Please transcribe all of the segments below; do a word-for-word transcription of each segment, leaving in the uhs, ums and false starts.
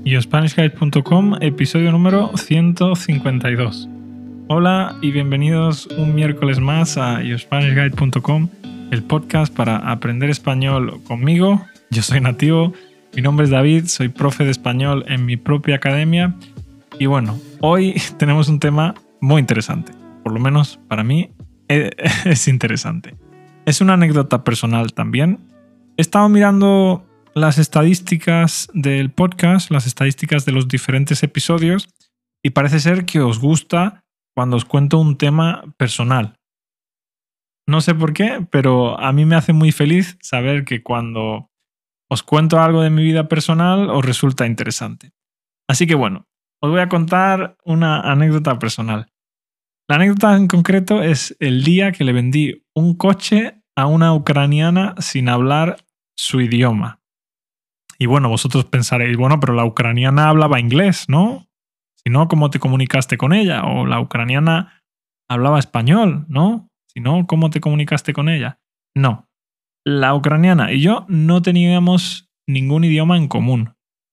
yo spanish guide punto com, episodio número ciento cincuenta y dos. Hola y bienvenidos un miércoles más a yo spanish guide punto com, el podcast para aprender español conmigo. Yo soy nativo, mi nombre es David, soy profe de español en mi propia academia y bueno, hoy tenemos un tema muy interesante, por lo menos para mí es interesante. Es una anécdota personal también. He estado mirando las estadísticas del podcast, las estadísticas de los diferentes episodios, y parece ser que os gusta cuando os cuento un tema personal. No sé por qué, pero a mí me hace muy feliz saber que cuando os cuento algo de mi vida personal os resulta interesante. Así que bueno, os voy a contar una anécdota personal. La anécdota en concreto es el día que le vendí un coche a una ucraniana sin hablar su idioma. Y bueno, vosotros pensaréis, bueno, pero la ucraniana hablaba inglés, ¿no? Si no, ¿cómo te comunicaste con ella? O la ucraniana hablaba español, ¿no? Si no, ¿cómo te comunicaste con ella? No. La ucraniana y yo no teníamos ningún idioma en común.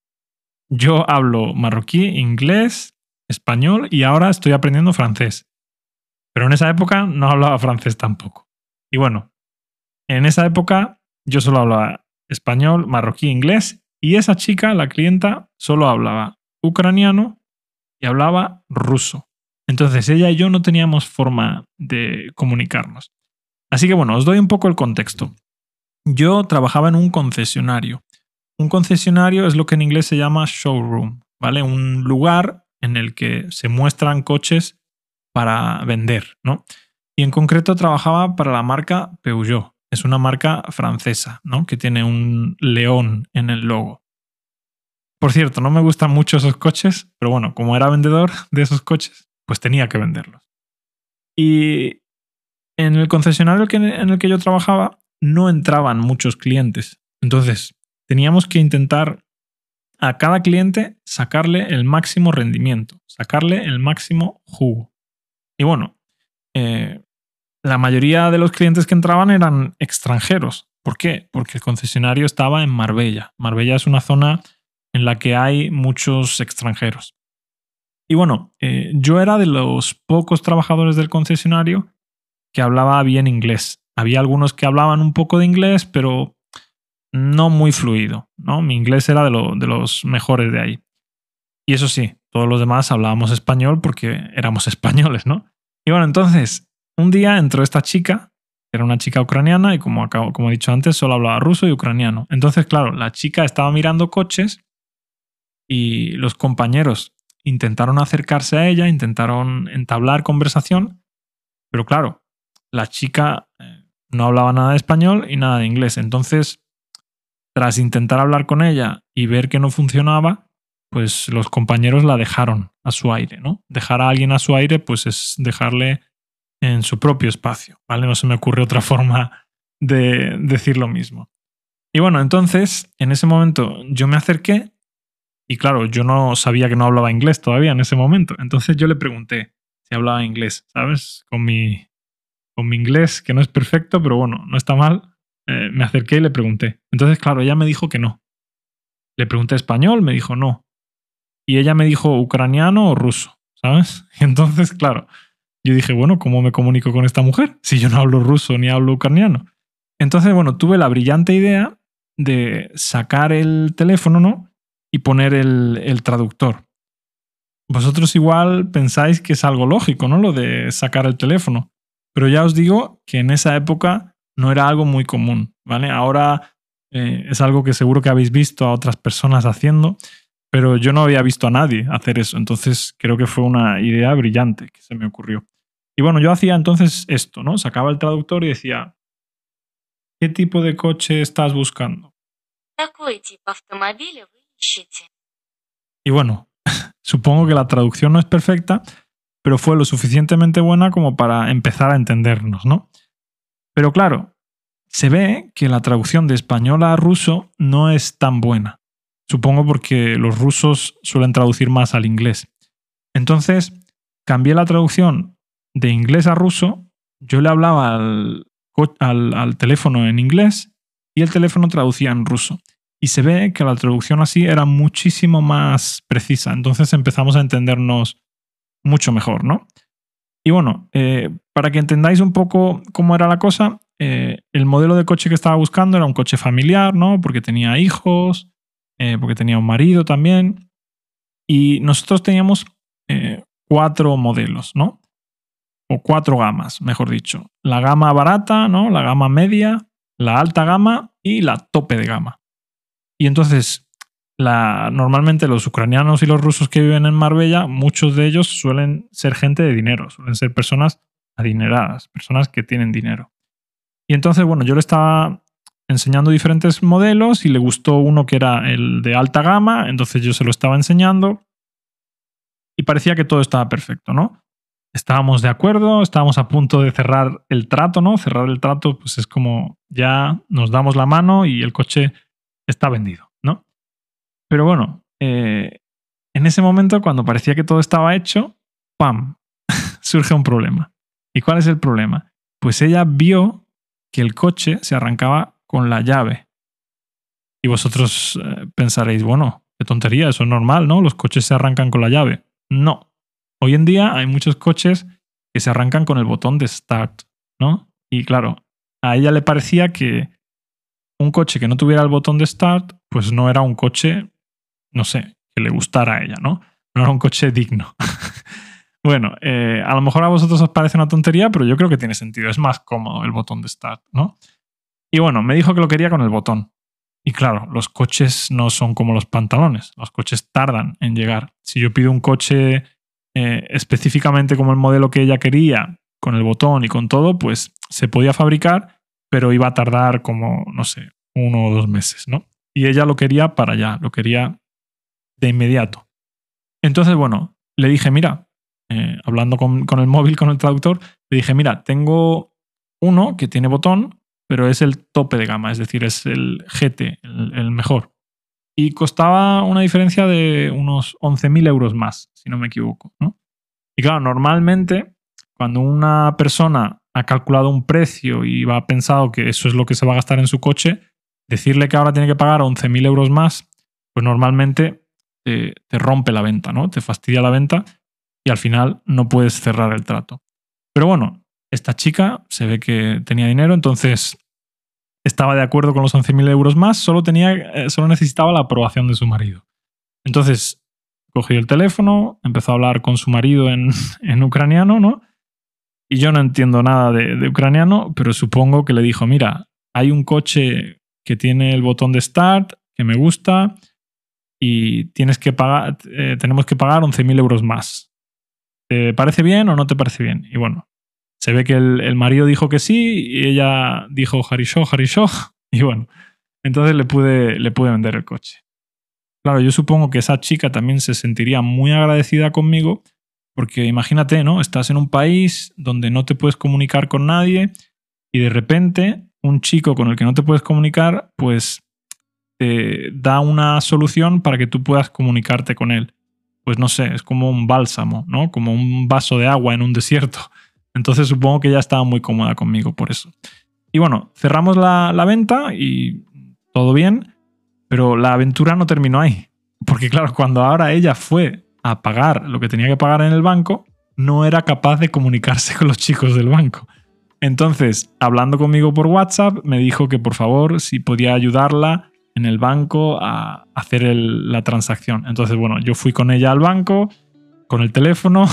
Yo hablo marroquí, inglés, español y ahora estoy aprendiendo francés. Pero en esa época no hablaba francés tampoco. Y bueno, en esa época yo solo hablaba español, marroquí, inglés, y esa chica, la clienta, solo hablaba ucraniano y hablaba ruso. Entonces ella y yo no teníamos forma de comunicarnos. Así que bueno, os doy un poco el contexto. Yo trabajaba en un concesionario. Un concesionario es lo que en inglés se llama showroom, ¿vale? Un lugar en el que se muestran coches para vender, ¿no? Y en concreto trabajaba para la marca Peugeot. Es una marca francesa, ¿no? Que tiene un león en el logo. Por cierto, no me gustan mucho esos coches, pero bueno, como era vendedor de esos coches, pues tenía que venderlos. Y en el concesionario en el que yo trabajaba no entraban muchos clientes. Entonces, teníamos que intentar a cada cliente sacarle el máximo rendimiento, sacarle el máximo jugo. Y bueno, eh, la mayoría de los clientes que entraban eran extranjeros. ¿Por qué? Porque el concesionario estaba en Marbella. Marbella es una zona en la que hay muchos extranjeros. Y bueno, eh, yo era de los pocos trabajadores del concesionario que hablaba bien inglés. Había algunos que hablaban un poco de inglés, pero no muy fluido, ¿no? Mi inglés era de, lo, de los mejores de ahí. Y eso sí, todos los demás hablábamos español porque éramos españoles, ¿no? Y bueno, entonces, un día entró esta chica, era una chica ucraniana y como, acabo, como he dicho antes, solo hablaba ruso y ucraniano. Entonces, claro, la chica estaba mirando coches y los compañeros intentaron acercarse a ella, intentaron entablar conversación, pero claro, la chica no hablaba nada de español y nada de inglés. Entonces, tras intentar hablar con ella y ver que no funcionaba, pues los compañeros la dejaron a su aire, ¿no? Dejar a alguien a su aire, pues es dejarle en su propio espacio, ¿vale? No se me ocurre otra forma de decir lo mismo. Y bueno, entonces, en ese momento yo me acerqué y claro, yo no sabía que no hablaba inglés todavía en ese momento. Entonces yo le pregunté si hablaba inglés, ¿sabes? Con mi, con mi inglés, que no es perfecto, pero bueno, no está mal. Eh, me acerqué y le pregunté. Entonces, claro, ella me dijo que no. Le pregunté español, me dijo no. Y ella me dijo ucraniano o ruso, ¿sabes? Y entonces, claro, yo dije, bueno, ¿cómo me comunico con esta mujer si yo no hablo ruso ni hablo ucraniano? Entonces, bueno, tuve la brillante idea de sacar el teléfono, ¿no? Y poner el, el traductor. Vosotros igual pensáis que es algo lógico, ¿no? Lo de sacar el teléfono. Pero ya os digo que en esa época no era algo muy común, ¿vale? Ahora eh, es algo que seguro que habéis visto a otras personas haciendo, pero yo no había visto a nadie hacer eso. Entonces creo que fue una idea brillante que se me ocurrió. Y bueno, yo hacía entonces esto, ¿no? Sacaba el traductor y decía, ¿qué tipo de coche estás buscando? Y bueno, supongo que la traducción no es perfecta, pero fue lo suficientemente buena como para empezar a entendernos, ¿no? Pero claro, se ve que la traducción de español a ruso no es tan buena. Supongo porque los rusos suelen traducir más al inglés. Entonces, cambié la traducción de inglés a ruso, yo le hablaba al, al, al teléfono en inglés y el teléfono traducía en ruso. y se ve que la traducción así era muchísimo más precisa. Entonces empezamos a entendernos mucho mejor, ¿no? Y bueno, eh, para que entendáis un poco cómo era la cosa, eh, el modelo de coche que estaba buscando era un coche familiar, ¿no? Porque tenía hijos, eh, porque tenía un marido también. Y nosotros teníamos eh, cuatro modelos, ¿no? O cuatro gamas, mejor dicho. La gama barata, ¿no? La gama media, la alta gama y la tope de gama. Y entonces, la, normalmente los ucranianos y los rusos que viven en Marbella, muchos de ellos suelen ser gente de dinero, suelen ser personas adineradas, personas que tienen dinero. Y entonces, bueno, yo le estaba enseñando diferentes modelos y le gustó uno que era el de alta gama, entonces yo se lo estaba enseñando y parecía que todo estaba perfecto, ¿no? Estábamos de acuerdo, estábamos a punto de cerrar el trato, ¿no? Cerrar el trato, pues es como ya nos damos la mano y el coche está vendido, ¿no? Pero bueno, eh, en ese momento, cuando parecía que todo estaba hecho, ¡pam! Surge un problema. ¿Y cuál es el problema? Pues ella vio que el coche se arrancaba con la llave. Y vosotros eh, pensaréis, bueno, qué tontería, eso es normal, ¿no? Los coches se arrancan con la llave. No. Hoy en día hay muchos coches que se arrancan con el botón de Start, ¿no? Y claro, a ella le parecía que un coche que no tuviera el botón de Start, pues no era un coche, no sé, que le gustara a ella, ¿no? No era un coche digno. Bueno, eh, a lo mejor a vosotros os parece una tontería, pero yo creo que tiene sentido. Es más cómodo el botón de Start, ¿no? Y bueno, me dijo que lo quería con el botón. Y claro, los coches no son como los pantalones. Los coches tardan en llegar. Si yo pido un coche eh, específicamente como el modelo que ella quería, con el botón y con todo, pues se podía fabricar, pero iba a tardar como, no sé, uno o dos meses, ¿no? Y ella lo quería para allá, lo quería de inmediato. Entonces, bueno, le dije, mira, eh, hablando con, con el móvil, con el traductor, le dije, mira, tengo uno que tiene botón, pero es el tope de gama, es decir, es el G T, el, el mejor. Y costaba una diferencia de unos once mil euros más, si no me equivoco, ¿no? Y claro, normalmente, cuando una persona ha calculado un precio y va pensado que eso es lo que se va a gastar en su coche, decirle que ahora tiene que pagar once mil euros más, pues normalmente te, te rompe la venta, ¿no? Te fastidia la venta y al final no puedes cerrar el trato. Pero bueno, esta chica se ve que tenía dinero, entonces estaba de acuerdo con los once mil euros más, solo, tenía, eh, solo necesitaba la aprobación de su marido. Entonces cogió el teléfono, empezó a hablar con su marido en, en ucraniano, ¿no? Y yo no entiendo nada de, de ucraniano, pero supongo que le dijo, mira, hay un coche que tiene el botón de Start, que me gusta, y tienes que pagar, eh, tenemos que pagar once mil euros más. ¿Te parece bien o no te parece bien? Y bueno, se ve que el, el marido dijo que sí y ella dijo Harisho, Harisho. Y bueno, entonces le pude, le pude vender el coche. Claro, yo supongo que esa chica también se sentiría muy agradecida conmigo porque imagínate, ¿no? Estás en un país donde no te puedes comunicar con nadie y de repente un chico con el que no te puedes comunicar pues te da una solución para que tú puedas comunicarte con él. Pues no sé, es como un bálsamo, ¿no? Como un vaso de agua en un desierto. Entonces supongo que ella estaba muy cómoda conmigo por eso. Y bueno, cerramos la, la venta y todo bien, pero la aventura no terminó ahí. Porque claro, cuando ahora ella fue a pagar lo que tenía que pagar en el banco, no era capaz de comunicarse con los chicos del banco. Entonces, hablando conmigo por WhatsApp, me dijo que por favor, si podía ayudarla en el banco a hacer el, la transacción. Entonces, bueno, yo fui con ella al banco, con el teléfono,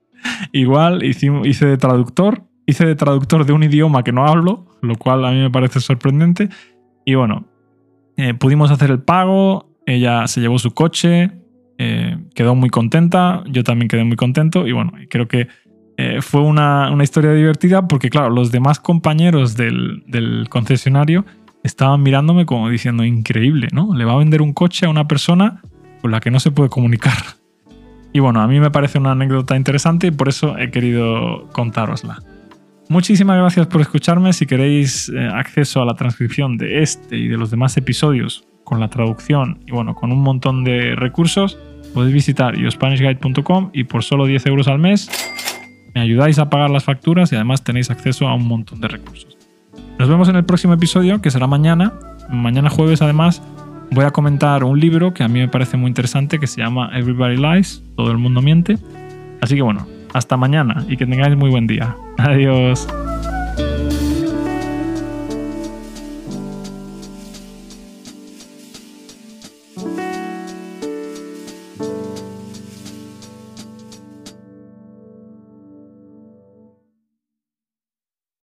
igual hice, hice de traductor, hice de traductor de un idioma que no hablo, lo cual a mí me parece sorprendente. Y bueno, eh, pudimos hacer el pago, ella se llevó su coche, eh, quedó muy contenta, yo también quedé muy contento y bueno, creo que eh, fue una, una historia divertida porque claro, los demás compañeros del, del concesionario estaban mirándome como diciendo, increíble, ¿no? Le va a vender un coche a una persona con la que no se puede comunicar. Y bueno, a mí me parece una anécdota interesante y por eso he querido contárosla. Muchísimas gracias por escucharme. Si queréis eh, acceso a la transcripción de este y de los demás episodios con la traducción y bueno, con un montón de recursos, podéis visitar yo spanish guide punto com y por solo diez euros al mes me ayudáis a pagar las facturas y además tenéis acceso a un montón de recursos. Nos vemos en el próximo episodio, que será mañana. Mañana jueves, además, voy a comentar un libro que a mí me parece muy interesante que se llama Everybody Lies, todo el mundo miente. Así que bueno, hasta mañana y que tengáis muy buen día. Adiós.